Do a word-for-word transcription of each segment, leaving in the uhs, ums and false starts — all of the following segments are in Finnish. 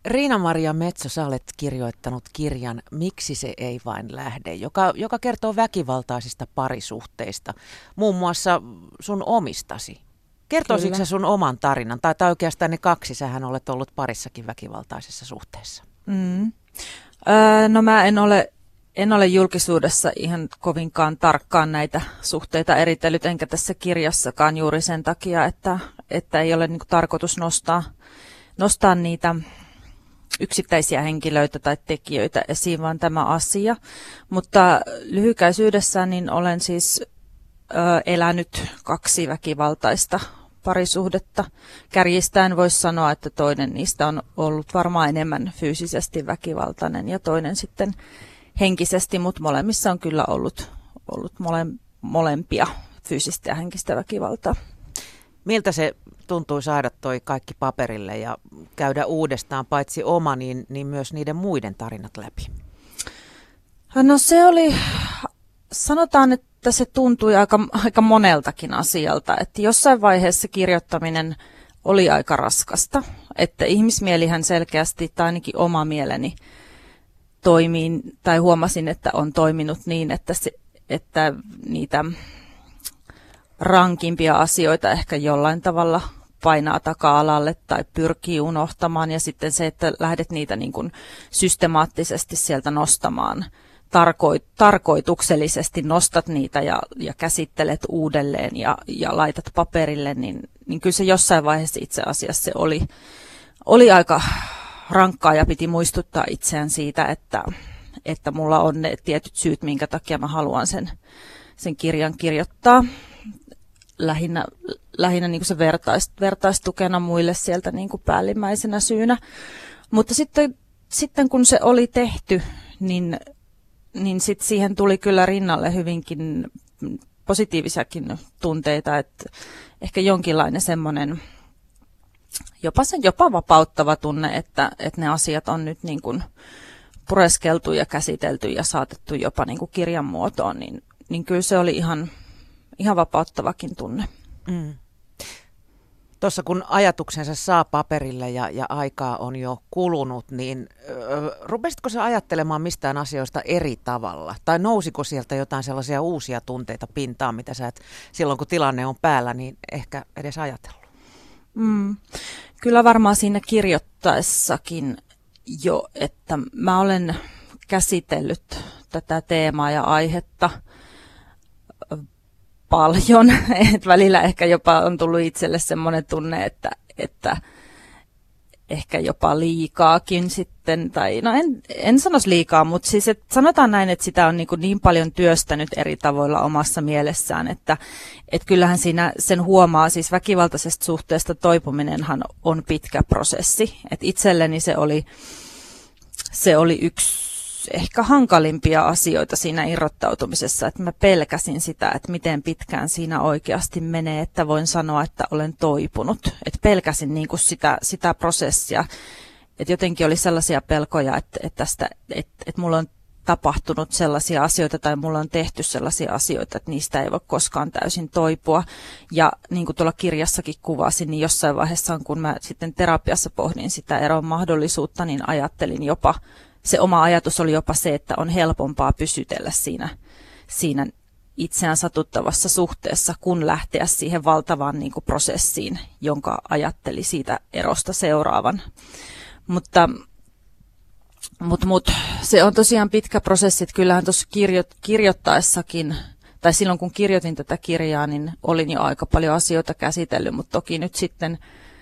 Riina-Maria Metso, sä olet kirjoittanut kirjan Miksi se ei vain lähde, joka, joka kertoo väkivaltaisista parisuhteista, muun muassa sun omistasi. Kertoisitko sä sun oman tarinan, tai, tai oikeastaan ne kaksi, sähän olet ollut parissakin väkivaltaisessa suhteessa? Mm. Öö, no mä en ole, en ole julkisuudessa ihan kovinkaan tarkkaan näitä suhteita eritellyt, enkä tässä kirjassakaan juuri sen takia, että, että ei ole niin kuin tarkoitus nostaa, nostaa niitä yksittäisiä henkilöitä tai tekijöitä esiin, vaan tämä asia. Mutta lyhykäisyydessään niin olen siis ö, elänyt kaksi väkivaltaista parisuhdetta. Kärjistäen voisi sanoa, että toinen niistä on ollut varmaan enemmän fyysisesti väkivaltainen ja toinen sitten henkisesti, mutta molemmissa on kyllä ollut, ollut mole, molempia fyysistä ja henkistä väkivaltaa. Miltä se tuntui saada toi kaikki paperille ja käydä uudestaan paitsi oma, niin, niin myös niiden muiden tarinat läpi? No se oli, sanotaan, että se tuntui aika, aika moneltakin asialta, että jossain vaiheessa kirjoittaminen oli aika raskasta, että ihmismielihän selkeästi, tai ainakin oma mieleni, toimii, tai huomasin, että on toiminut niin, että, se, että niitä rankimpia asioita ehkä jollain tavalla painaa taka-alalle tai pyrkii unohtamaan. Ja sitten se, että lähdet niitä niin kuin systemaattisesti sieltä nostamaan, tarko- tarkoituksellisesti nostat niitä ja, ja käsittelet uudelleen ja, ja laitat paperille, niin, niin kyllä se jossain vaiheessa itse asiassa se oli, oli aika rankkaa ja piti muistuttaa itseään siitä, että, että mulla on ne tietyt syyt, minkä takia mä haluan sen, sen kirjan kirjoittaa. Lähinnä, lähinnä niin kuin se vertais, vertaistukena muille sieltä niin kuin päällimmäisenä syynä. Mutta sitten, sitten kun se oli tehty, niin, niin sit siihen tuli kyllä rinnalle hyvinkin positiivisiakin tunteita, että ehkä jonkinlainen semmoinen jopa, sen, jopa vapauttava tunne, että, että ne asiat on nyt niin kuin pureskeltu ja käsitelty ja saatettu jopa niin kuin kirjan muotoon, niin, niin kyllä se oli ihan Ihan vapauttavakin tunne. Mm. Tuossa kun ajatuksensa saa paperille ja, ja aikaa on jo kulunut, niin ö, rupesitko sä ajattelemaan mistään asioista eri tavalla? Tai nousiko sieltä jotain sellaisia uusia tunteita pintaan, mitä sä et silloin kun tilanne on päällä, niin ehkä edes ajatellut? Mm. Kyllä varmaan siinä kirjoittaessakin jo, että mä olen käsitellyt tätä teemaa ja aihetta paljon, että välillä ehkä jopa on tullut itselle semmoinen tunne, että, että ehkä jopa liikaakin sitten, tai no en, en sanoisi liikaa, mutta siis että sanotaan näin, että sitä on niin, niin paljon työstänyt eri tavoilla omassa mielessään, että, että kyllähän siinä sen huomaa, siis väkivaltaisesta suhteesta toipuminenhan on pitkä prosessi, että itselleni se oli, se oli yksi ehkä hankalimpia asioita siinä irrottautumisessa, että mä pelkäsin sitä, että miten pitkään siinä oikeasti menee, että voin sanoa, että olen toipunut. Että pelkäsin niin kuin sitä, sitä prosessia, että jotenkin oli sellaisia pelkoja, että, että, tästä, että, että mulla on tapahtunut sellaisia asioita tai mulla on tehty sellaisia asioita, että niistä ei voi koskaan täysin toipua. Ja niin kuin tuolla kirjassakin kuvasin, niin jossain vaiheessa, kun mä sitten terapiassa pohdin sitä eron mahdollisuutta, niin ajattelin jopa, se oma ajatus oli jopa se, että on helpompaa pysytellä siinä, siinä itseään satuttavassa suhteessa, kun lähteä siihen valtavaan niin kuin prosessiin, jonka ajatteli siitä erosta seuraavan. Mutta, mutta, mutta se on tosiaan pitkä prosessi, että kyllähän tuossa kirjo, kirjoittaessakin, tai silloin kun kirjoitin tätä kirjaa, niin olin jo aika paljon asioita käsitellyt, mutta toki nyt sitten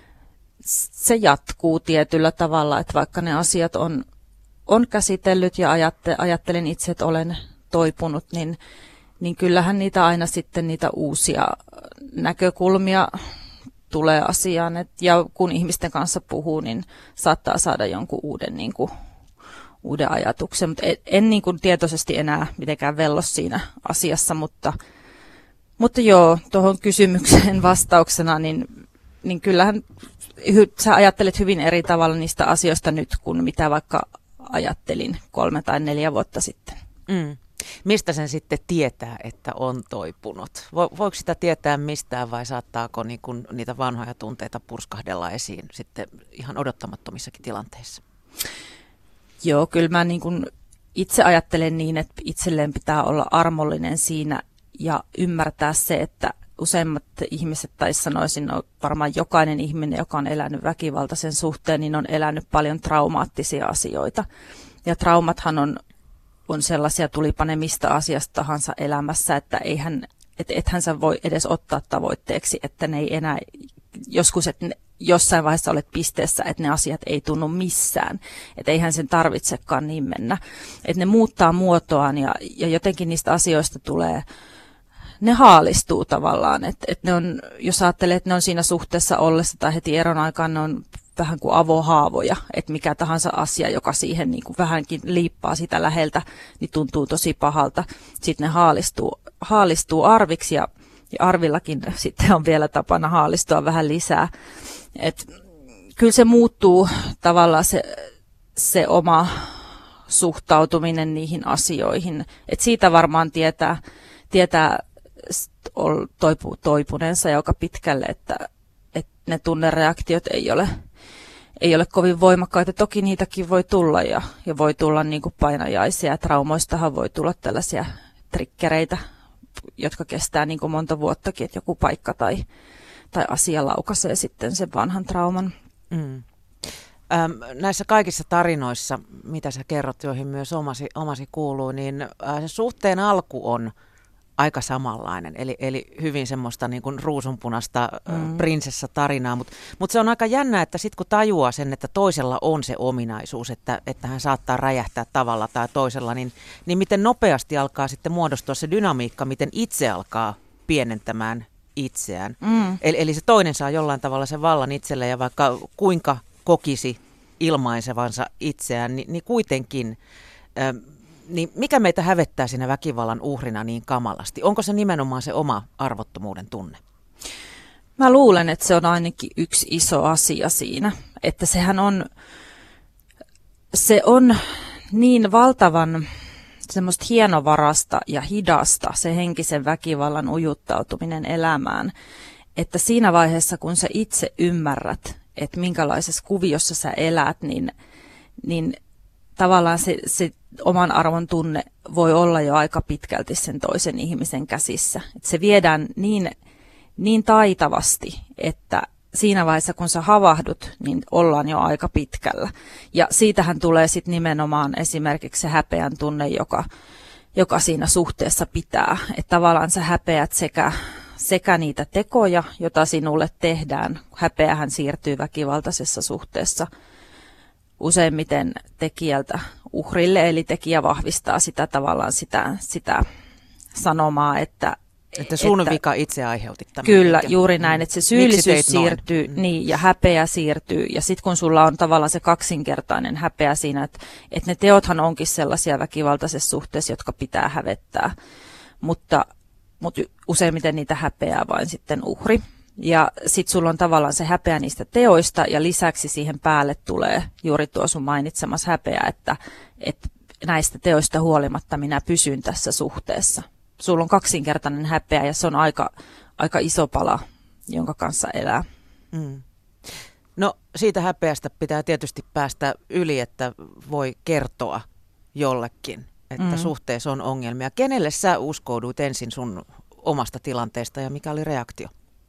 se jatkuu tietyllä tavalla, että vaikka ne asiat on on käsitellyt ja ajatte, ajattelen itse, että olen toipunut, niin, niin kyllähän niitä aina sitten niitä uusia näkökulmia tulee asiaan. Et, ja kun ihmisten kanssa puhuu, niin saattaa saada jonkun uuden, niin kuin, uuden ajatuksen. Mut en en niin kuin tietoisesti enää mitenkään vello siinä asiassa, mutta, mutta joo, tuohon kysymykseen vastauksena, niin, niin kyllähän sä ajattelet hyvin eri tavalla niistä asioista nyt, kuin mitä vaikka ajattelin kolme tai neljä vuotta sitten. Mm. Mistä sen sitten tietää, että on toipunut? Vo, voiko sitä tietää mistään vai saattaako niin kun niitä vanhoja tunteita purskahdella esiin sitten ihan odottamattomissakin tilanteissa? Joo, kyllä mä niin kuin itse ajattelen niin, että itselleen pitää olla armollinen siinä ja ymmärtää se, että useimmat ihmiset, tai sanoisin, no varmaan jokainen ihminen, joka on elänyt väkivaltaisen suhteen, niin on elänyt paljon traumaattisia asioita. Ja traumathan on, on sellaisia, tulipa ne mistä asiasta tahansa elämässä, että eihän, et, ethän sä voi edes ottaa tavoitteeksi, että ne ei enää, joskus, että ne, jossain vaiheessa olet pisteessä, että ne asiat ei tunnu missään. Että eihän sen tarvitsekaan niin mennä. Että ne muuttaa muotoaan ja, ja jotenkin niistä asioista tulee, ne haalistuu tavallaan. Että et ne on, jos ajattelee, että ne on siinä suhteessa ollessa tai heti eron aikaan, ne on vähän kuin avohaavoja. Että mikä tahansa asia, joka siihen niin kuin vähänkin liippaa sitä läheltä, niin tuntuu tosi pahalta. Sitten ne haalistuu, haalistuu arviksi ja, ja arvillakin sitten on vielä tapana haalistua vähän lisää. Et kyllä se muuttuu tavallaan se, se oma suhtautuminen niihin asioihin. Et siitä varmaan tietää, tietää toipu, toipuneensa joka pitkälle, että, että ne tunnereaktiot ei ole, ei ole kovin voimakkaita. Toki niitäkin voi tulla ja, ja voi tulla niin kuin painajaisia. Traumoistahan voi tulla tällaisia trikkereitä, jotka kestää niin kuin monta vuottakin, että joku paikka tai tai asia laukaisee sitten sen vanhan trauman. Mm. Ähm, näissä kaikissa tarinoissa, mitä sä kerrot, joihin myös omasi, omasi kuuluu, niin äh, se suhteen alku on aika samanlainen. Eli, eli hyvin semmoista niin kuin ruusunpunasta mm. prinsessatarinaa. Mutta mut se on aika jännä, että sitten kun tajuaa sen, että toisella on se ominaisuus, että, että hän saattaa räjähtää tavalla tai toisella, niin, niin miten nopeasti alkaa sitten muodostua se dynamiikka, miten itse alkaa pienentämään itseään. Mm. Eli, eli se toinen saa jollain tavalla sen vallan itselle ja vaikka kuinka kokisi ilmaisevansa itseään, niin, niin kuitenkin, äh, niin mikä meitä hävettää siinä väkivallan uhrina niin kamalasti? Onko se nimenomaan se oma arvottomuuden tunne? Mä luulen, että se on ainakin yksi iso asia siinä, että sehän on, se on niin valtavan semmoista hienovarasta ja hidasta se henkisen väkivallan ujuttautuminen elämään, että siinä vaiheessa, kun sä itse ymmärrät, että minkälaisessa kuviossa sä elät, niin, niin tavallaan se, se oman arvon tunne voi olla jo aika pitkälti sen toisen ihmisen käsissä. Että se viedään niin, niin taitavasti, että siinä vaiheessa, kun sä havahdut, niin ollaan jo aika pitkällä. Ja siitähän tulee sitten nimenomaan esimerkiksi se häpeän tunne, joka, joka siinä suhteessa pitää. Että tavallaan sä häpeät sekä, sekä niitä tekoja, joita sinulle tehdään. Häpeähän siirtyy väkivaltaisessa suhteessa useimmiten tekijältä uhrille, eli tekijä vahvistaa sitä tavallaan sitä, sitä sanomaa, että Että sun että, vika itse aiheutit tämän. Kyllä, mikä, juuri näin, että se syyllisyys siirtyy niin, ja häpeä siirtyy. Ja sitten kun sulla on tavallaan se kaksinkertainen häpeä siinä, että, että ne teothan onkin sellaisia väkivaltaisessa suhteessa, jotka pitää hävettää. Mutta, mutta useimmiten niitä häpeää vain sitten uhri. Ja sitten sulla on tavallaan se häpeä niistä teoista ja lisäksi siihen päälle tulee juuri tuo sun mainitsemas häpeä, että, että näistä teoista huolimatta minä pysyn tässä suhteessa. Sulla on kaksinkertainen häpeä ja se on aika, aika iso pala, jonka kanssa elää. Mm. No siitä häpeästä pitää tietysti päästä yli, että voi kertoa jollekin, että mm. suhteessa on ongelmia. Kenelle sä uskouduit ensin sun omasta tilanteesta ja mikä oli reaktio?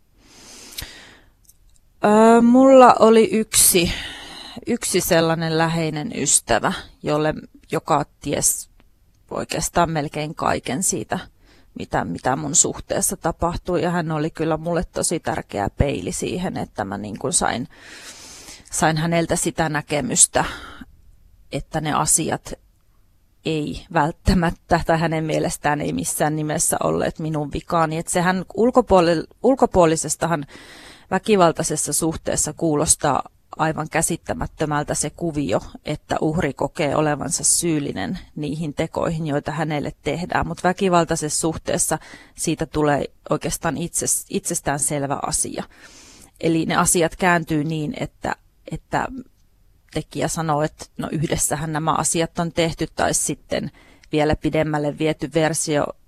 Öö, mulla oli yksi, yksi sellainen läheinen ystävä, jolle, joka ties oikeastaan melkein kaiken siitä, mitä, mitä mun suhteessa tapahtui. Ja hän oli kyllä mulle tosi tärkeä peili siihen, että mä niin kuin sain, sain häneltä sitä näkemystä, että ne asiat ei välttämättä, tai hänen mielestään ei missään nimessä olleet minun vikaani. Että sehän ulkopuoli, ulkopuolisestahan väkivaltaisessa suhteessa kuulostaa aivan käsittämättömältä se kuvio, että uhri kokee olevansa syyllinen niihin tekoihin, joita hänelle tehdään. Mutta väkivaltaisessa suhteessa siitä tulee oikeastaan itses, itsestään selvä asia. Eli ne asiat kääntyy niin, että, että tekijä sanoo, että no yhdessähän nämä asiat on tehty, tai sitten vielä pidemmälle viety versio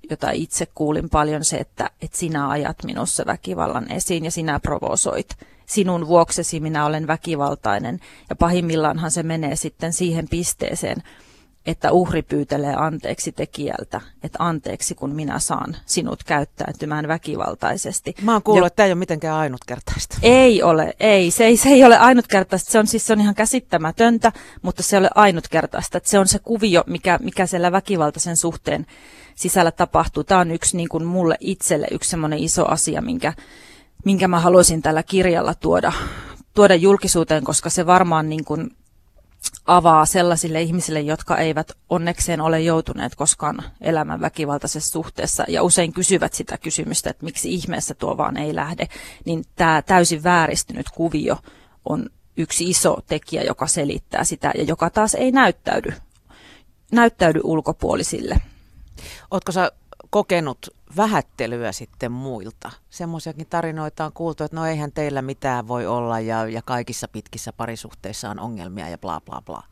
jota itse kuulin paljon, se, että, että sinä ajat minussa väkivallan esiin ja sinä provosoit. Sinun vuoksesi minä olen väkivaltainen ja pahimmillaanhan se menee sitten siihen pisteeseen, että uhri pyytelee anteeksi tekijältä, että anteeksi kun minä saan sinut käyttäytymään väkivaltaisesti. Mä oon kuullut, jo, että tämä ei ole mitenkään ainutkertaista. Ei ole, ei. Se ei, se ei ole ainutkertaista. Se on siis se on ihan käsittämätöntä, mutta se ei ole ainutkertaista. Että se on se kuvio, mikä, mikä siellä väkivaltaisen suhteen sisällä tapahtuu. Tämä on yksi niin kuin mulle itselle yksi semmoinen iso asia, minkä, minkä mä haluaisin tällä kirjalla tuoda, tuoda julkisuuteen, koska se varmaan niin kuin avaa sellaisille ihmisille, jotka eivät onnekseen ole joutuneet koskaan elämän väkivaltaisessa suhteessa ja usein kysyvät sitä kysymystä, että miksi ihmeessä tuo vaan ei lähde, niin tämä täysin vääristynyt kuvio on yksi iso tekijä, joka selittää sitä ja joka taas ei näyttäydy, näyttäydy ulkopuolisille. Ootko sä kokenut vähättelyä sitten muilta? Semmoisiakin tarinoita on kuultu, että no eihän teillä mitään voi olla ja, ja kaikissa pitkissä parisuhteissa on ongelmia ja bla bla bla.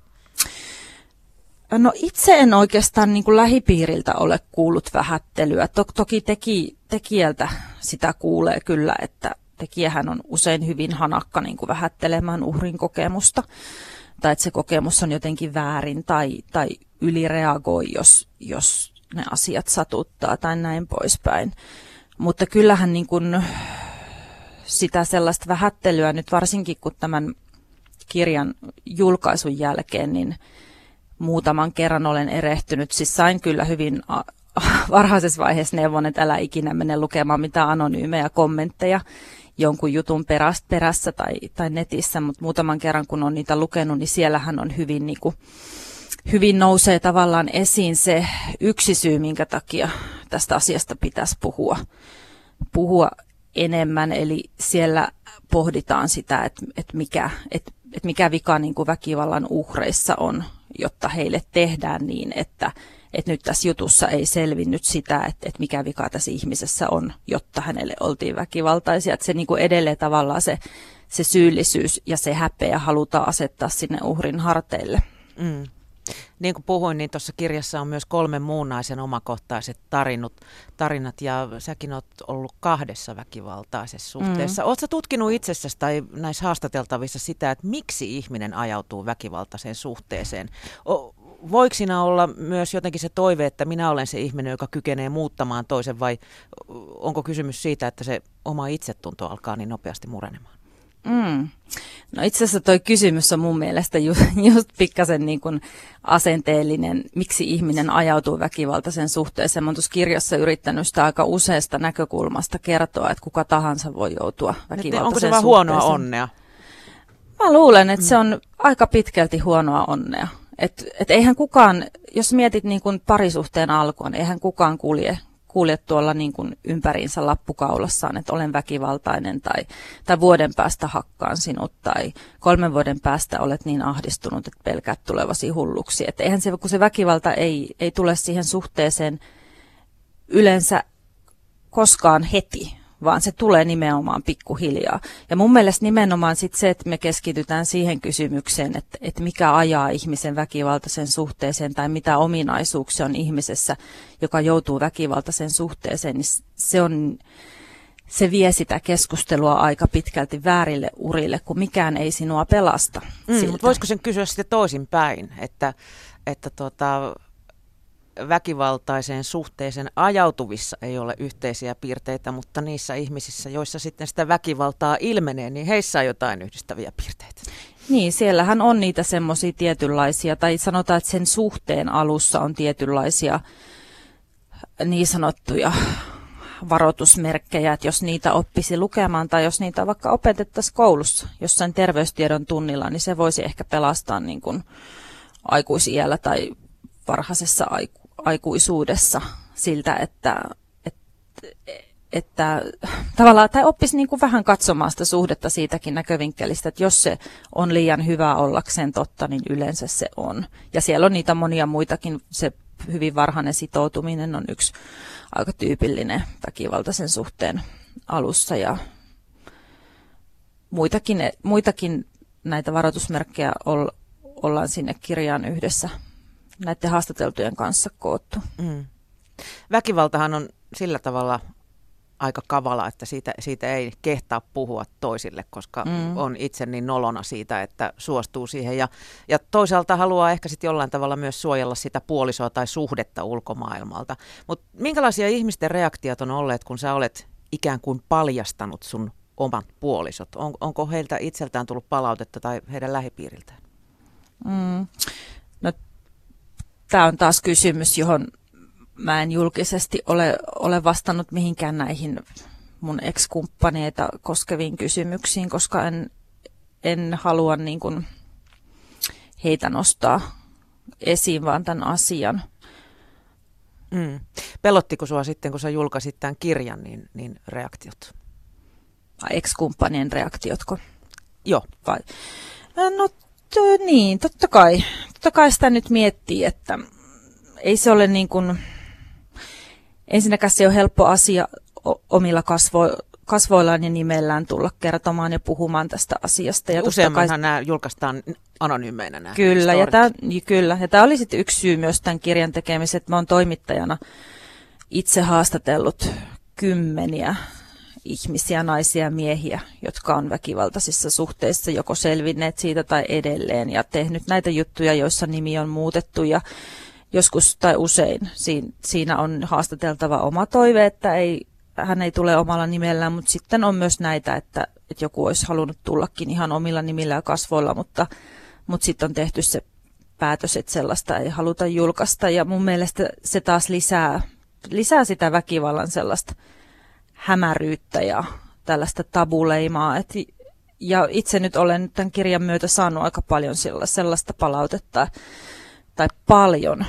No itse en oikeastaan niin kuin lähipiiriltä ole kuullut vähättelyä. To- toki teki, tekijältä sitä kuulee kyllä, että tekijähän on usein hyvin hanakka niin kuin vähättelemään uhrin kokemusta. Tai että se kokemus on jotenkin väärin tai, tai ylireagoi, jos... jos ne asiat satuttaa tai näin poispäin. Mutta kyllähän niin kuin sitä sellaista vähättelyä nyt varsinkin kun tämän kirjan julkaisun jälkeen, niin muutaman kerran olen erehtynyt. Siis sain kyllä hyvin varhaisessa vaiheessa neuvon, että älä ikinä mene lukemaan mitään anonyymejä kommentteja jonkun jutun perässä tai, tai netissä, mutta muutaman kerran kun on niitä lukenut, niin siellähän on hyvin niin kuin Hyvin nousee tavallaan esiin se yksi syy, minkä takia tästä asiasta pitäisi puhua, puhua enemmän. Eli siellä pohditaan sitä, että, että, mikä, että, että mikä vika niin kuin väkivallan uhreissa on, jotta heille tehdään niin, että, että nyt tässä jutussa ei selvinnyt sitä, että, että mikä vika tässä ihmisessä on, jotta hänelle oltiin väkivaltaisia. Että se niin kuin edelleen tavallaan se, se syyllisyys ja se häpeä halutaan asettaa sinne uhrin harteille. Mm. Niin kuin puhuin, niin tuossa kirjassa on myös kolmen muun naisen omakohtaiset tarinut, tarinat ja säkin oot ollut kahdessa väkivaltaisessa suhteessa. Mm. Oletko tutkinut itsessäsi tai näissä haastateltavissa sitä, että miksi ihminen ajautuu väkivaltaiseen suhteeseen? O, voiko siinä olla myös jotenkin se toive, että minä olen se ihminen, joka kykenee muuttamaan toisen vai onko kysymys siitä, että se oma itsetunto alkaa niin nopeasti murenemaan? Mm. No itse asiassa toi kysymys on mun mielestä ju, just pikkasen niin kuin asenteellinen, miksi ihminen ajautuu väkivaltaisen suhteeseen. Mä oon tuossa kirjassa yrittänyt sitä aika useasta näkökulmasta kertoa, että kuka tahansa voi joutua väkivaltaiseen suhteeseen. Onko se vaan huonoa onnea? Mä luulen, että se on aika pitkälti huonoa onnea. Et, et eihän kukaan, jos mietit niin kuin parisuhteen alkua, niin eihän kukaan kulje. kulje tuolla niin kuin ympäriinsä lappukaulassaan, että olen väkivaltainen tai, tai vuoden päästä hakkaan sinut tai kolmen vuoden päästä olet niin ahdistunut, että pelkäät tulevasi hulluksi. Että eihän se, kun se väkivalta ei, ei tule siihen suhteeseen yleensä koskaan heti, vaan se tulee nimenomaan pikkuhiljaa. Ja mun mielestä nimenomaan sit se, että me keskitytään siihen kysymykseen, että, että mikä ajaa ihmisen väkivaltaisen suhteeseen tai mitä ominaisuuksia on ihmisessä, joka joutuu väkivaltaisen suhteeseen, niin se, on, se vie sitä keskustelua aika pitkälti väärille urille, kun mikään ei sinua pelasta. Mm, mutta voisiko sen kysyä sitten toisinpäin, että, että tuota... väkivaltaiseen suhteeseen ajautuvissa ei ole yhteisiä piirteitä, mutta niissä ihmisissä, joissa sitten sitä väkivaltaa ilmenee, niin heissä on jotain yhdistäviä piirteitä. Niin, siellähän on niitä semmoisia tietynlaisia, tai sanotaan, että sen suhteen alussa on tietynlaisia niin sanottuja varoitusmerkkejä, että jos niitä oppisi lukemaan tai jos niitä vaikka opetettaisiin koulussa jossain terveystiedon tunnilla, niin se voisi ehkä pelastaa niin kuin aikuisiällä tai varhaisessa aiku- aikuisuudessa siltä, että, että, että tavallaan, tai oppisi niin kuin vähän katsomaan sitä suhdetta siitäkin näkövinkkelistä, että jos se on liian hyvä ollakseen totta, niin yleensä se on. Ja siellä on niitä monia muitakin, se hyvin varhainen sitoutuminen on yksi aika tyypillinen väkivaltaisen suhteen alussa ja muitakin, muitakin näitä varoitusmerkkejä ollaan sinne kirjaan yhdessä näiden haastateltujen kanssa koottu. Mm. Väkivaltahan on sillä tavalla aika kavala, että siitä, siitä ei kehtaa puhua toisille, koska mm. on itse niin nolona siitä, että suostuu siihen. Ja, ja toisaalta haluaa ehkä sitten jollain tavalla myös suojella sitä puolisoa tai suhdetta ulkomaailmalta. Mutta minkälaisia ihmisten reaktiot on olleet, kun sä olet ikään kuin paljastanut sun omat puolisot? On, onko heiltä itseltään tullut palautetta tai heidän lähipiiriltään? Mm. No, tämä on taas kysymys, johon mä en julkisesti ole, ole vastannut mihinkään näihin mun ex-kumppaneita koskeviin kysymyksiin, koska en, en halua niin kuin heitä nostaa esiin vaan tämän asian. Mm. Pelottiko sua sitten, kun sä julkaisit tämän kirjan, niin, niin reaktiot? Ex-kumppanien reaktiotko? Joo. Vai? No t- niin, totta kai. Totta kai sitä nyt miettii, että ei se ole niin kuin, ensinnäkään se on helppo asia omilla kasvo, kasvoillaan ja nimellään tulla kertomaan ja puhumaan tästä asiasta. Ja useammanhan kai nämä julkaistaan anonyymeinä nämä Kyllä, ja tämä, kyllä. Ja tämä oli sitten yksi syy myös tämän kirjan tekemiseen, että mä oon toimittajana itse haastatellut kymmeniä ihmisiä, naisia ja miehiä, jotka on väkivaltaisissa suhteissa joko selvinneet siitä tai edelleen ja tehnyt näitä juttuja, joissa nimi on muutettu ja joskus tai usein siinä on haastateltava oma toive, että ei, hän ei tule omalla nimellään, mutta sitten on myös näitä, että, että joku olisi halunnut tullakin ihan omilla nimillä ja kasvoilla, mutta, mutta sitten on tehty se päätös, että sellaista ei haluta julkaista ja mun mielestä se taas lisää, lisää sitä väkivallan sellaista hämäryyttä ja tällaista tabuleimaa. Et, ja itse nyt olen tämän kirjan myötä saanut aika paljon sellaista palautetta tai paljon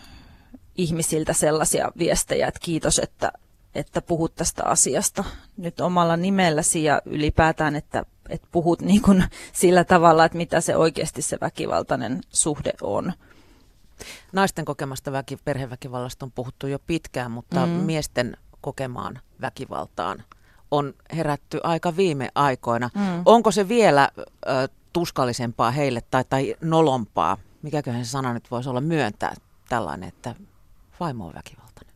ihmisiltä sellaisia viestejä, että kiitos, että, että puhut tästä asiasta nyt omalla nimelläsi ja ylipäätään, että, että puhut niin kuin sillä tavalla, että mitä se oikeasti se väkivaltainen suhde on. Naisten kokemasta väki, perheväkivallasta on puhuttu jo pitkään, mutta mm. miesten kokemaan väkivaltaan on herätty aika viime aikoina. Mm. Onko se vielä ö, tuskallisempaa heille tai, tai nolompaa? Mikäköhän se sana nyt voisi olla myöntää tällainen, että vaimo on väkivaltainen?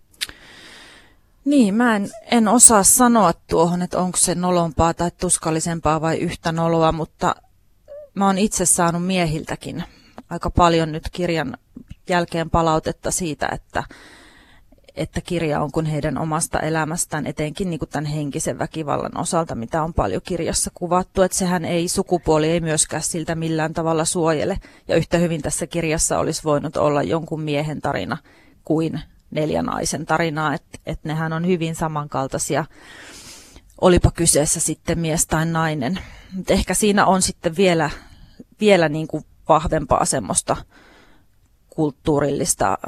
Niin, mä en, en osaa sanoa tuohon, että onko se nolompaa tai tuskallisempaa vai yhtä noloa, mutta mä oon itse saanut miehiltäkin aika paljon nyt kirjan jälkeen palautetta siitä, että että kirja on kuin heidän omasta elämästään, etenkin niin kuin tämän henkisen väkivallan osalta, mitä on paljon kirjassa kuvattu, että sehän ei, sukupuoli ei myöskään siltä millään tavalla suojele. Ja yhtä hyvin tässä kirjassa olisi voinut olla jonkun miehen tarina kuin neljä naisen tarinaa, että, että nehän on hyvin samankaltaisia, olipa kyseessä sitten mies tai nainen. Mutta ehkä siinä on sitten vielä, vielä niin kuin vahvempaa semmoista kulttuurillista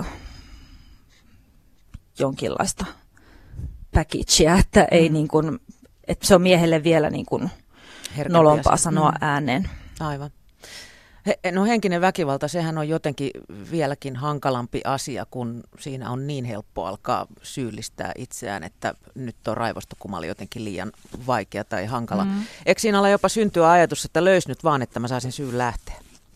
jonkinlaista packagea, että, ei mm. niin kuin, että se on miehelle vielä niin kuin nolompaa sanoa mm. ääneen. Aivan. He, no henkinen väkivalta, sehän on jotenkin vieläkin hankalampi asia, kun siinä on niin helppo alkaa syyllistää itseään, että nyt on raivostokuma jotenkin liian vaikea tai hankala. Mm. Eikö siinä ole jopa syntyä ajatus, että löys nyt vaan, että mä saisin syyn lähteä?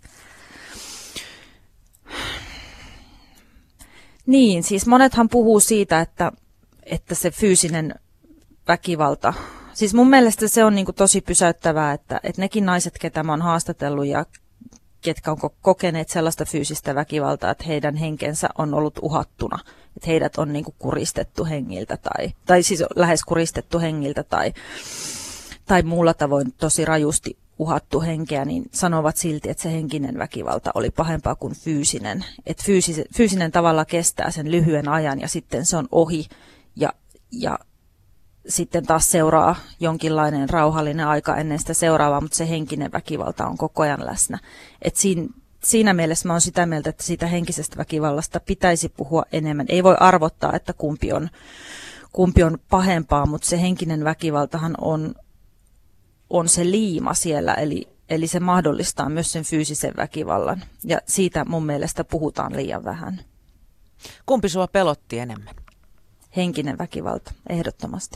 Niin, siis monethan puhuu siitä, että, että se fyysinen väkivalta, siis mun mielestä se on niin kuin tosi pysäyttävää, että, että nekin naiset, ketä mä oon haastatellut ja ketkä on kokeneet sellaista fyysistä väkivaltaa, että heidän henkensä on ollut uhattuna, että heidät on niin kuin kuristettu hengiltä tai, tai siis lähes kuristettu hengiltä tai, tai muulla tavoin tosi rajusti uhattu henkeä, niin sanovat silti, että se henkinen väkivalta oli pahempaa kuin fyysinen. Että fyysinen, fyysinen tavalla kestää sen lyhyen ajan ja sitten se on ohi ja, ja sitten taas seuraa jonkinlainen rauhallinen aika ennen sitä seuraavaa, mutta se henkinen väkivalta on koko ajan läsnä. Et siinä, siinä mielessä mä oon sitä mieltä, että siitä henkisestä väkivallasta pitäisi puhua enemmän. Ei voi arvottaa, että kumpi on, kumpi on pahempaa, mutta se henkinen väkivaltahan on on se liima siellä, eli, eli se mahdollistaa myös sen fyysisen väkivallan. Ja siitä mun mielestä puhutaan liian vähän. Kumpi sua pelotti enemmän? Henkinen väkivalta, ehdottomasti.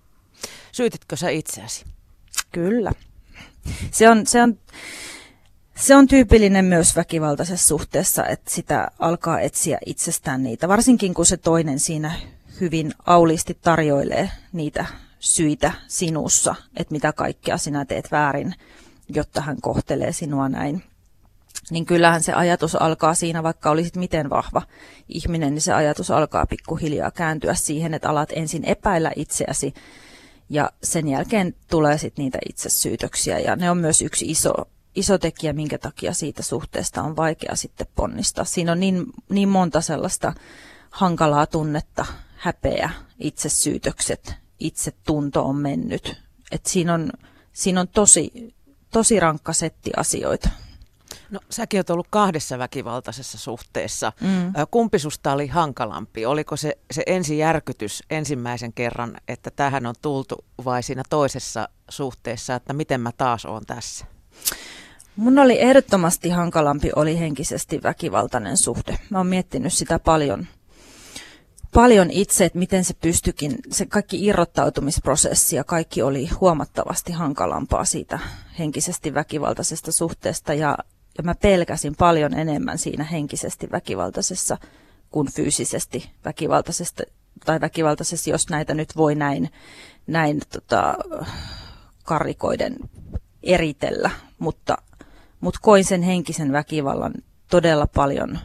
Syytitkö sä itseäsi? Kyllä. Se on, se on, Se on tyypillinen myös väkivaltaisessa suhteessa, että sitä alkaa etsiä itsestään niitä, varsinkin kun se toinen siinä hyvin auliisti tarjoilee niitä syitä sinussa, että mitä kaikkea sinä teet väärin, jotta hän kohtelee sinua näin. Niin kyllähän se ajatus alkaa siinä, vaikka olisit miten vahva ihminen, niin se ajatus alkaa pikkuhiljaa kääntyä siihen, että alat ensin epäillä itseäsi ja sen jälkeen tulee sitten niitä itsesyytöksiä ja ne on myös yksi iso, iso tekijä, minkä takia siitä suhteesta on vaikea sitten ponnistaa. Siinä on niin, niin monta sellaista hankalaa tunnetta, häpeä, itsesyytökset, itsetunto on mennyt. Et siinä on, siinä on tosi, tosi rankka setti asioita. No säkin olet ollut kahdessa väkivaltaisessa suhteessa. Mm. Kumpi susta oli hankalampi? Oliko se, se ensijärkytys ensimmäisen kerran, että tähän on tultu, vai siinä toisessa suhteessa, että miten mä taas oon tässä? Mun oli ehdottomasti hankalampi oli henkisesti väkivaltainen suhde. Mä oon miettinyt sitä paljon, paljon itse, että miten se pystyikin, se kaikki irrottautumisprosessi ja kaikki oli huomattavasti hankalampaa siitä henkisesti väkivaltaisesta suhteesta ja Ja mä pelkäsin paljon enemmän siinä henkisesti väkivaltaisessa kuin fyysisesti väkivaltaisesta, tai väkivaltaisessa, jos näitä nyt voi näin, näin tota, karrikoiden eritellä. Mutta, mutta koin sen henkisen väkivallan todella paljon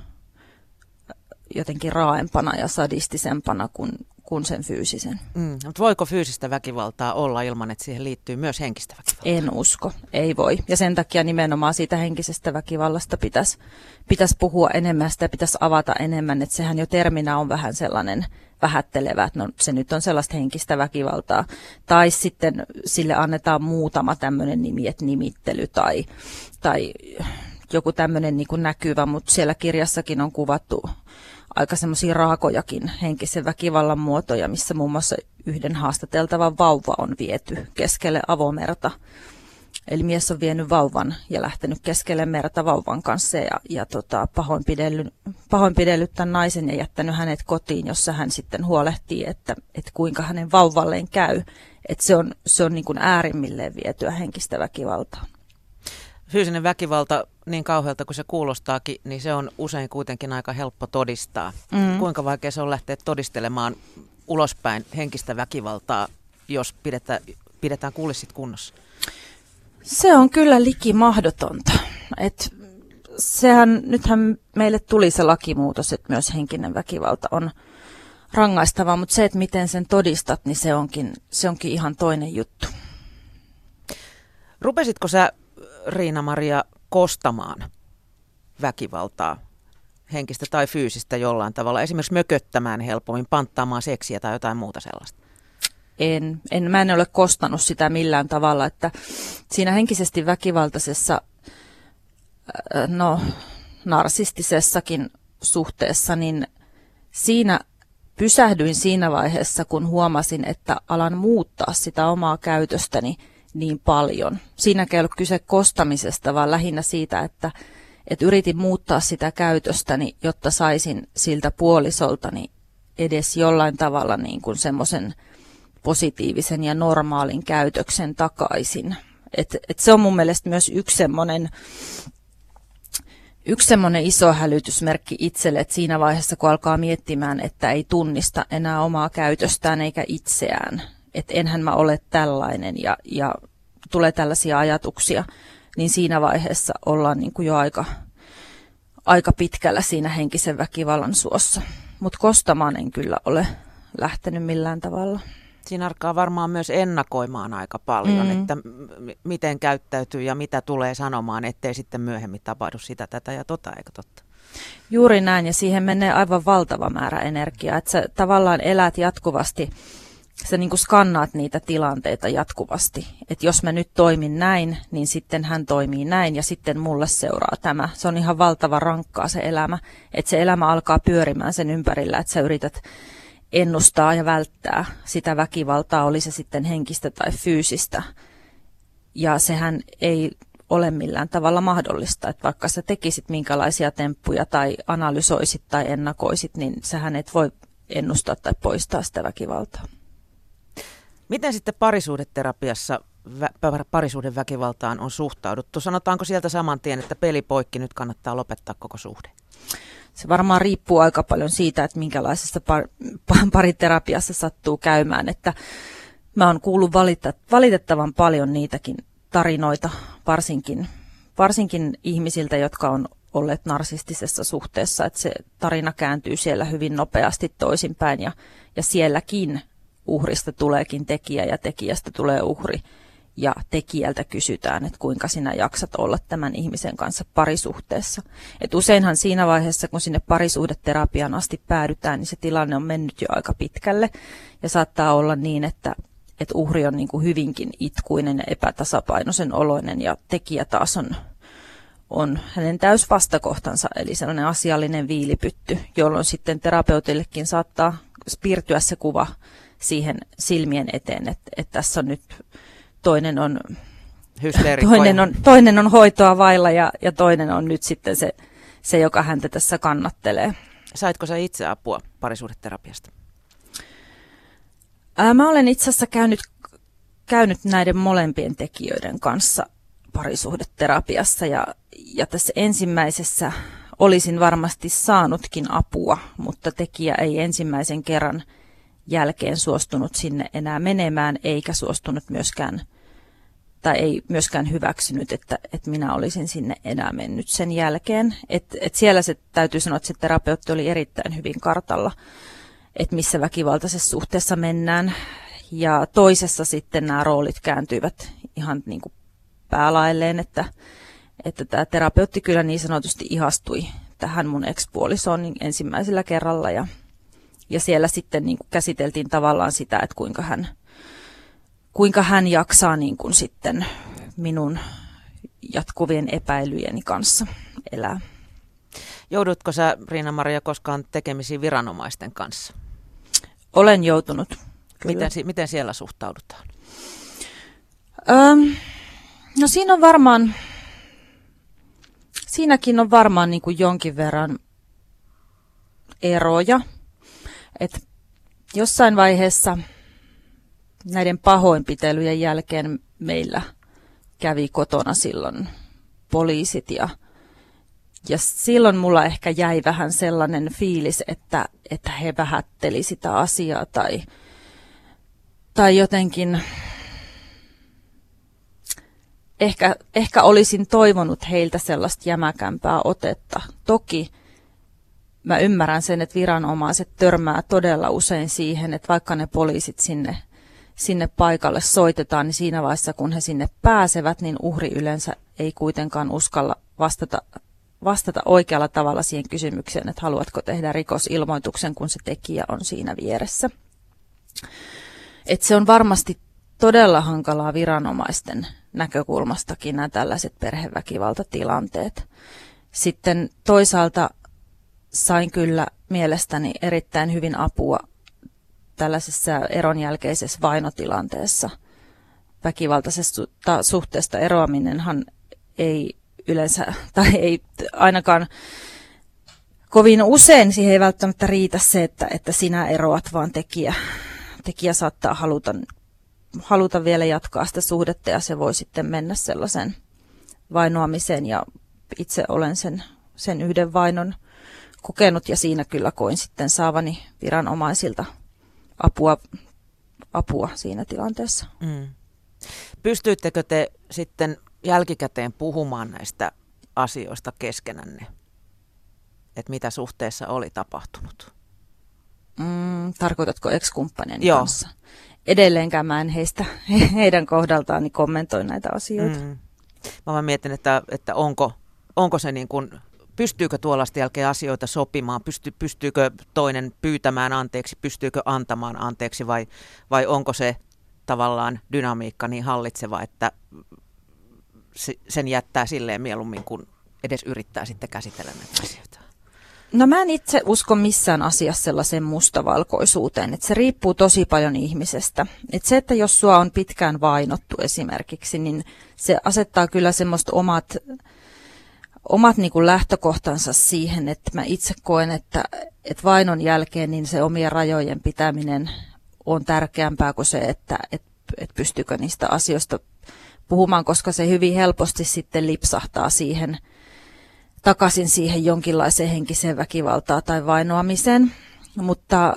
jotenkin raaempana ja sadistisempana kuin, kuin sen fyysisen. Mm, mutta voiko fyysistä väkivaltaa olla ilman, että siihen liittyy myös henkistä väkivaltaa? En usko, ei voi. Ja sen takia nimenomaan siitä henkisestä väkivallasta pitäisi, pitäisi puhua enemmän, sitä pitäisi avata enemmän, että sehän jo terminä on vähän sellainen vähättelevä, että no, se nyt on sellaista henkistä väkivaltaa. Tai sitten sille annetaan muutama tämmöinen nimi, että nimittely tai, tai joku tämmöinen niin kuin näkyvä, mutta siellä kirjassakin on kuvattu aika semmoisia raakojakin henkisen väkivallan muotoja, missä muun muassa yhden haastateltavan vauva on viety keskelle avomerta. Eli mies on vienyt vauvan ja lähtenyt keskelle merta vauvan kanssa ja, ja tota, pahoinpidellyt, pahoinpidellyt tämän naisen ja jättänyt hänet kotiin, jossa hän sitten huolehtii, että, että kuinka hänen vauvalleen käy. Että se on, se on niin kuin äärimmilleen vietyä henkistä väkivaltaa. Fyysinen väkivalta, niin kauhealta kuin se kuulostaakin, niin se on usein kuitenkin aika helppo todistaa. Mm. Kuinka vaikea se on lähteä todistelemaan ulospäin henkistä väkivaltaa, jos pidetään, pidetään kulissit kunnossa? Se on kyllä liki mahdotonta. Et sehän, nythän meille tuli se lakimuutos, että myös henkinen väkivalta on rangaistava, mutta se, että miten sen todistat, niin se onkin, se onkin ihan toinen juttu. Rupesitko sä, Riina-Maria, kostamaan väkivaltaa, henkistä tai fyysistä jollain tavalla, esimerkiksi mököttämään helpommin, panttaamaan seksiä tai jotain muuta sellaista? En, en, mä en ole kostanut sitä millään tavalla, että siinä henkisesti väkivaltaisessa, no narsistisessakin suhteessa, niin siinä pysähdyin siinä vaiheessa, kun huomasin, että alan muuttaa sitä omaa käytöstäni niin paljon. Siinäkään ei ollut kyse kostamisesta, vaan lähinnä siitä, että, että yritin muuttaa sitä käytöstäni, jotta saisin siltä puolisoltani edes jollain tavalla niin kuin semmoisen positiivisen ja normaalin käytöksen takaisin. Et, et se on mun mielestä myös yksi semmoinen, yksi semmoinen iso hälytysmerkki itselle, että siinä vaiheessa kun alkaa miettimään, että ei tunnista enää omaa käytöstään eikä itseään, että enhän mä ole tällainen ja, ja tulee tällaisia ajatuksia, niin siinä vaiheessa ollaan niin kuin jo aika, aika pitkällä siinä henkisen väkivallan suossa. Mutta kostamaan en kyllä ole lähtenyt millään tavalla. Siinä alkaa varmaan myös ennakoimaan aika paljon, mm. että m- miten käyttäytyy ja mitä tulee sanomaan, ettei sitten myöhemmin tapahdu sitä, tätä ja tota, eikö totta? Juuri näin, ja siihen menee aivan valtava määrä energiaa, että sä tavallaan elät jatkuvasti, sä niin kuin skannaat niitä tilanteita jatkuvasti, että jos mä nyt toimin näin, niin sitten hän toimii näin ja sitten mulle seuraa tämä. Se on ihan valtava rankkaa se elämä, että se elämä alkaa pyörimään sen ympärillä, että sä yrität ennustaa ja välttää sitä väkivaltaa, oli se sitten henkistä tai fyysistä. Ja sehän ei ole millään tavalla mahdollista, että vaikka sä tekisit minkälaisia temppuja tai analysoisit tai ennakoisit, niin sähän et voi ennustaa tai poistaa sitä väkivaltaa. Miten sitten parisuhdeterapiassa vä- parisuhdeväkivaltaan on suhtauduttu? Sanotaanko sieltä saman tien, että peli poikki, nyt kannattaa lopettaa koko suhde? Se varmaan riippuu aika paljon siitä, että minkälaisessa par- pariterapiassa sattuu käymään. Että mä oon kuullut valita- valitettavan paljon niitäkin tarinoita, varsinkin, varsinkin ihmisiltä, jotka on olleet narsistisessa suhteessa, että se tarina kääntyy siellä hyvin nopeasti toisinpäin ja, ja sielläkin uhrista tuleekin tekijä ja tekijästä tulee uhri ja tekijältä kysytään, että kuinka sinä jaksat olla tämän ihmisen kanssa parisuhteessa. Et useinhan siinä vaiheessa, kun sinne parisuhdeterapiaan asti päädytään, niin se tilanne on mennyt jo aika pitkälle ja saattaa olla niin, että, että uhri on niin kuin hyvinkin itkuinen ja epätasapainoisen oloinen ja tekijä taas on on hänen täys vastakohtansa, eli sellainen asiallinen viilipytty, jolloin sitten terapeutillekin saattaa piirtyä se kuva siihen silmien eteen, että, että tässä on nyt toinen on, toinen on, toinen on hoitoa vailla ja, ja toinen on nyt sitten se, se, joka häntä tässä kannattelee. Saitko sä itse apua parisuhdeterapiasta? Ää, mä olen itse asiassa käynyt, käynyt näiden molempien tekijöiden kanssa parisuhdeterapiassa ja, ja tässä ensimmäisessä olisin varmasti saanutkin apua, mutta tekijä ei ensimmäisen kerran jälkeen suostunut sinne enää menemään eikä suostunut myöskään tai ei myöskään hyväksynyt, että, että minä olisin sinne enää mennyt sen jälkeen. Et, et siellä se täytyy sanoa, että se terapeutti oli erittäin hyvin kartalla, että missä väkivaltaisessa suhteessa mennään ja toisessa sitten nämä roolit kääntyivät ihan niin kuin päälailleen, että, että tämä terapeutti kyllä niin sanotusti ihastui tähän mun ex-puolisoon niin ensimmäisellä kerralla ja, ja siellä sitten niin kuin käsiteltiin tavallaan sitä, että kuinka hän, kuinka hän jaksaa niin kuin sitten minun jatkuvien epäilyjeni kanssa elää. Joudutko sä, Riina-Maria, koskaan tekemisiin viranomaisten kanssa? Olen joutunut. Miten, miten siellä suhtaudutaan? Öm, no siinä on varmaan, siinäkin on varmaan niin kuin jonkin verran eroja. Et jossain vaiheessa näiden pahoinpitelyjen jälkeen meillä kävi kotona silloin poliisit ja, ja silloin mulla ehkä jäi vähän sellainen fiilis, että, että he vähätteli sitä asiaa tai, tai jotenkin ehkä, ehkä olisin toivonut heiltä sellaista jämäkämpää otetta. Toki mä ymmärrän sen, että viranomaiset törmää todella usein siihen, että vaikka ne poliisit sinne, sinne paikalle soitetaan, niin siinä vaiheessa kun he sinne pääsevät, niin uhri yleensä ei kuitenkaan uskalla vastata, vastata oikealla tavalla siihen kysymykseen, että haluatko tehdä rikosilmoituksen, kun se tekijä on siinä vieressä. Että se on varmasti todella hankalaa viranomaisten näkökulmastakin nämä tällaiset perheväkivaltatilanteet. Sitten toisaalta sain kyllä mielestäni erittäin hyvin apua tällaisessa eron jälkeisessä vainotilanteessa. Väkivaltaisesta suhteesta eroaminenhan ei yleensä, tai ei ainakaan kovin usein, siihen ei välttämättä riitä se, että, että sinä eroat, vaan tekijä, tekijä saattaa haluta, haluta vielä jatkaa sitä suhdetta ja se voi sitten mennä sellaisen vainoamiseen ja itse olen sen, sen yhden vainon kokenut ja siinä kyllä koin sitten saavani viranomaisilta apua, apua siinä tilanteessa. Mm. Pystyittekö te sitten jälkikäteen puhumaan näistä asioista keskenänne? Että mitä suhteessa oli tapahtunut? Mm, tarkoitatko ex-kumppanien kanssa? Edelleenkään mä en heistä, heidän kohdaltaan niin kommentoi näitä asioita. Mm. Mä vaan mietin, että, että onko, onko se niin kuin, pystyykö tuollaista jälkeen asioita sopimaan, Pysty, pystyykö toinen pyytämään anteeksi, pystyykö antamaan anteeksi vai, vai onko se tavallaan dynamiikka niin hallitseva, että sen jättää silleen mieluummin, kun edes yrittää sitten käsitellä näitä asioita? No mä en itse usko missään asiassa sellaiseen mustavalkoisuuteen, että se riippuu tosi paljon ihmisestä. Että se, että jos sua on pitkään vainottu esimerkiksi, niin se asettaa kyllä semmoista omat, omat niin kuin lähtökohtansa siihen, että mä itse koen, että, että vainon jälkeen niin se omien rajojen pitäminen on tärkeämpää kuin se, että, että että pystyykö niistä asioista puhumaan, koska se hyvin helposti sitten lipsahtaa siihen takaisin siihen jonkinlaiseen henkiseen väkivaltaan tai vainoamiseen, mutta,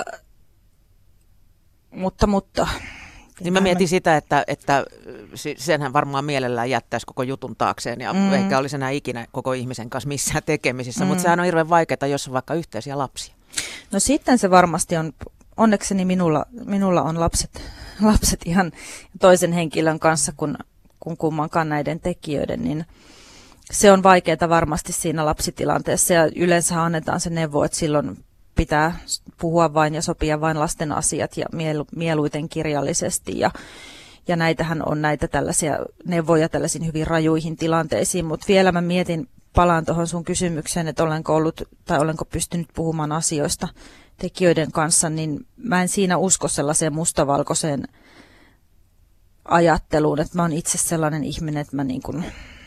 mutta, mutta niin mä mietin sitä, että, että senhän varmaan mielellään jättäisi koko jutun taakseen ja mm. ehkä olisi enää ikinä koko ihmisen kanssa missään tekemisissä, mm. mutta sehän on hirveän vaikeaa, jos on vaikka yhteisiä lapsia. No sitten se varmasti on, onnekseni minulla, minulla on lapset, lapset ihan toisen henkilön kanssa kuin, kuin kummankaan näiden tekijöiden, niin se on vaikeaa varmasti siinä lapsitilanteessa ja yleensä annetaan se neuvo, että silloin pitää puhua vain ja sopia vain lasten asiat ja mielu, mieluiten kirjallisesti ja, ja näitähän on näitä tällaisia neuvoja tällaisiin hyvin rajuihin tilanteisiin, mutta vielä mä mietin, palaan tuohon sun kysymykseen, että olenko ollut tai olenko pystynyt puhumaan asioista tekijöiden kanssa, niin mä en siinä usko sellaiseen mustavalkoiseen ajatteluun, että mä oon itse sellainen ihminen, että mä niin kuin,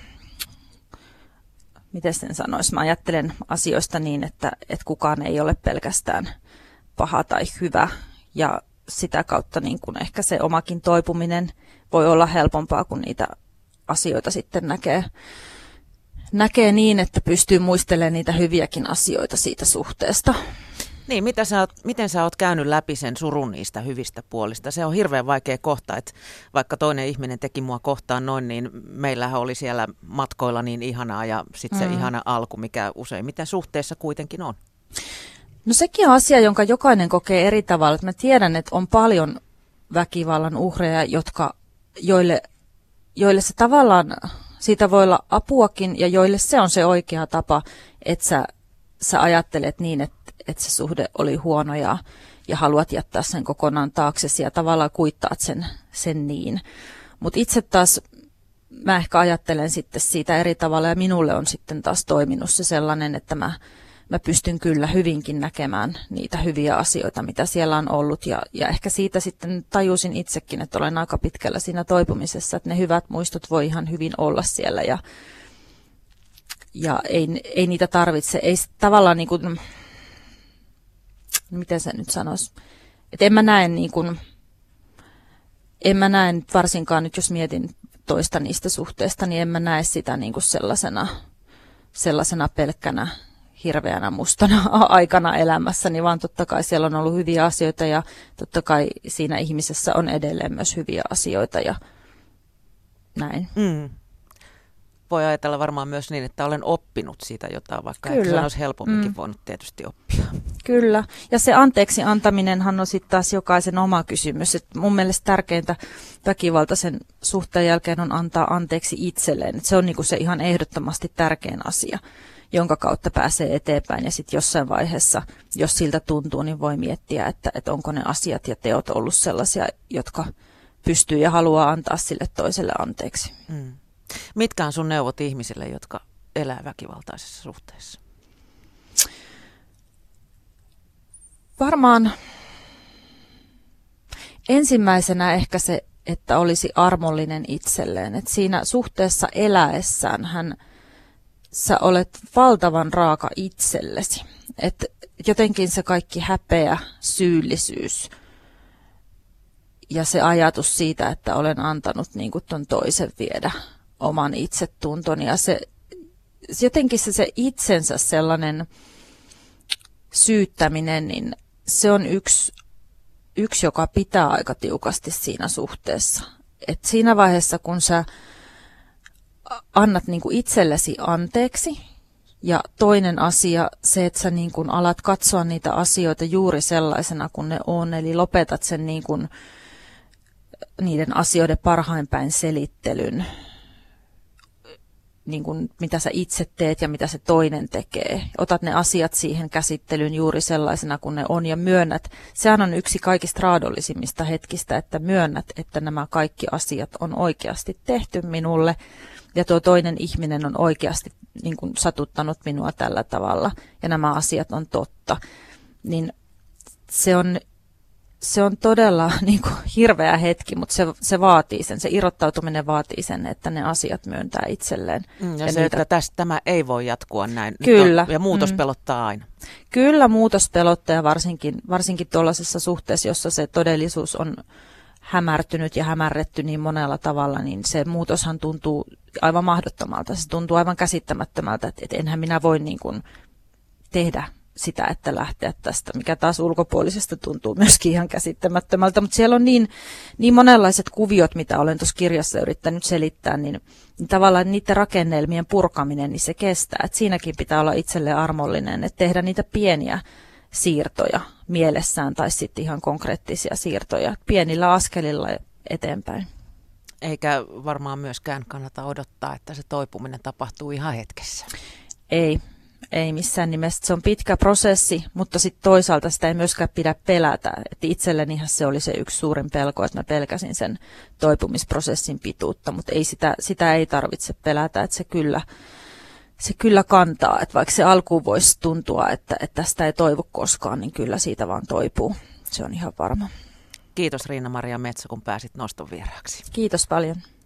miten sen sanoisi, mä ajattelen asioista niin, että, että kukaan ei ole pelkästään paha tai hyvä ja sitä kautta niin kuin ehkä se omakin toipuminen voi olla helpompaa, kun niitä asioita sitten näkee, näkee niin, että pystyy muistelemaan niitä hyviäkin asioita siitä suhteesta. Niin, mitä sä oot, miten sä oot käynyt läpi sen surun niistä hyvistä puolista? Se on hirveän vaikea kohta, että vaikka toinen ihminen teki mua kohtaan noin, niin meillähän oli siellä matkoilla niin ihanaa ja sitten se mm. ihana alku, mikä useimmiten suhteessa kuitenkin on. No sekin on asia, jonka jokainen kokee eri tavalla. Mä tiedän, että on paljon väkivallan uhreja, jotka, joille, joille se tavallaan, siitä voi olla apuakin ja joille se on se oikea tapa, että sä, sä ajattelet niin, että että se suhde oli huono ja, ja haluat jättää sen kokonaan taaksesi ja tavallaan kuittaat sen, sen niin. Mutta itse taas mä ehkä ajattelen sitten siitä eri tavalla ja minulle on sitten taas toiminut se sellainen, että mä, mä pystyn kyllä hyvinkin näkemään niitä hyviä asioita, mitä siellä on ollut ja, ja ehkä siitä sitten tajusin itsekin, että olen aika pitkällä siinä toipumisessa, että ne hyvät muistot voi ihan hyvin olla siellä ja, ja ei, ei niitä tarvitse, ei tavallaan niin kuin miten se nyt sanoisi, että en mä näe niin kuin, en mä näe varsinkaan nyt, jos mietin toista niistä suhteista, niin en mä näe sitä niin kuin sellaisena, sellaisena pelkkänä hirveänä mustana aikana elämässäni, vaan totta kai siellä on ollut hyviä asioita ja totta kai siinä ihmisessä on edelleen myös hyviä asioita ja näin. Mm. Voi ajatella varmaan myös niin, että olen oppinut siitä jotain, vaikka ehkä se olisi helpomminkin mm. voinut tietysti oppia. Kyllä, ja se anteeksi antaminenhan on sitten taas jokaisen oma kysymys. Et mun mielestä tärkeintä väkivaltaisen suhteen jälkeen on antaa anteeksi itselleen. Et se on niinku se ihan ehdottomasti tärkein asia, jonka kautta pääsee eteenpäin. Ja sitten jossain vaiheessa, jos siltä tuntuu, niin voi miettiä, että, että onko ne asiat ja teot ollut sellaisia, jotka pystyy ja haluaa antaa sille toiselle anteeksi. Mm. Mitkä on sun neuvot ihmisille, jotka elää väkivaltaisessa suhteessa? Varmaan ensimmäisenä ehkä se, että olisi armollinen itselleen. Että siinä suhteessa eläessään hän, sä olet valtavan raaka itsellesi. Että jotenkin se kaikki häpeä, syyllisyys ja se ajatus siitä, että olen antanut niin kuin ton toisen viedä oman itsetuntoni ja se, jotenkin se, se itsensä sellainen syyttäminen, niin se on yksi, yksi, joka pitää aika tiukasti siinä suhteessa. Et siinä vaiheessa, kun sä annat niin kuin itsellesi anteeksi ja toinen asia, se, että sä niin kuin alat katsoa niitä asioita juuri sellaisena kuin ne on, eli lopetat sen niin kuin niiden asioiden parhainpäin selittelyn, niin kuin mitä sä itse teet ja mitä se toinen tekee. Otat ne asiat siihen käsittelyyn juuri sellaisena kuin ne on ja myönnät. Sehän on yksi kaikista raadollisimmista hetkistä, että myönnät, että nämä kaikki asiat on oikeasti tehty minulle ja tuo toinen ihminen on oikeasti niin kuin satuttanut minua tällä tavalla ja nämä asiat on totta. Niin se on Se on todella niin kuin, hirveä hetki, mutta se, se vaatii sen, se irrottautuminen vaatii sen, että ne asiat myöntää itselleen. Mm, ja, ja se, niitä... että tästä, tämä ei voi jatkua näin. Kyllä. On, ja muutos mm. pelottaa aina. Kyllä, muutos pelottaa ja varsinkin, varsinkin tuollaisessa suhteessa, jossa se todellisuus on hämärtynyt ja hämärretty niin monella tavalla, niin se muutoshan tuntuu aivan mahdottomalta. Se tuntuu aivan käsittämättömältä, että, että enhän minä voi niin kuin tehdä sitä, että lähteä tästä, mikä taas ulkopuolisesta tuntuu myöskin ihan käsittämättömältä. Mutta siellä on niin, niin monenlaiset kuviot, mitä olen tuossa kirjassa yrittänyt selittää, niin, niin tavallaan niiden rakennelmien purkaminen, niin se kestää. Et siinäkin pitää olla itselle armollinen, että tehdä niitä pieniä siirtoja mielessään tai sitten ihan konkreettisia siirtoja pienillä askelilla eteenpäin. Eikä varmaan myöskään kannata odottaa, että se toipuminen tapahtuu ihan hetkessä. Ei, ei missään nimessä. Se on pitkä prosessi, mutta sitten toisaalta sitä ei myöskään pidä pelätä. Et itsellenihan se oli se yksi suurin pelko, että mä pelkäsin sen toipumisprosessin pituutta, mutta ei sitä, sitä ei tarvitse pelätä, että se kyllä Se kyllä kantaa, että vaikka se alkuun voisi tuntua, että, että tästä ei toivu koskaan, niin kyllä siitä vaan toipuu. Se on ihan varma. Kiitos Riina-Maria Metsä, kun pääsit noston vieraaksi. Kiitos paljon.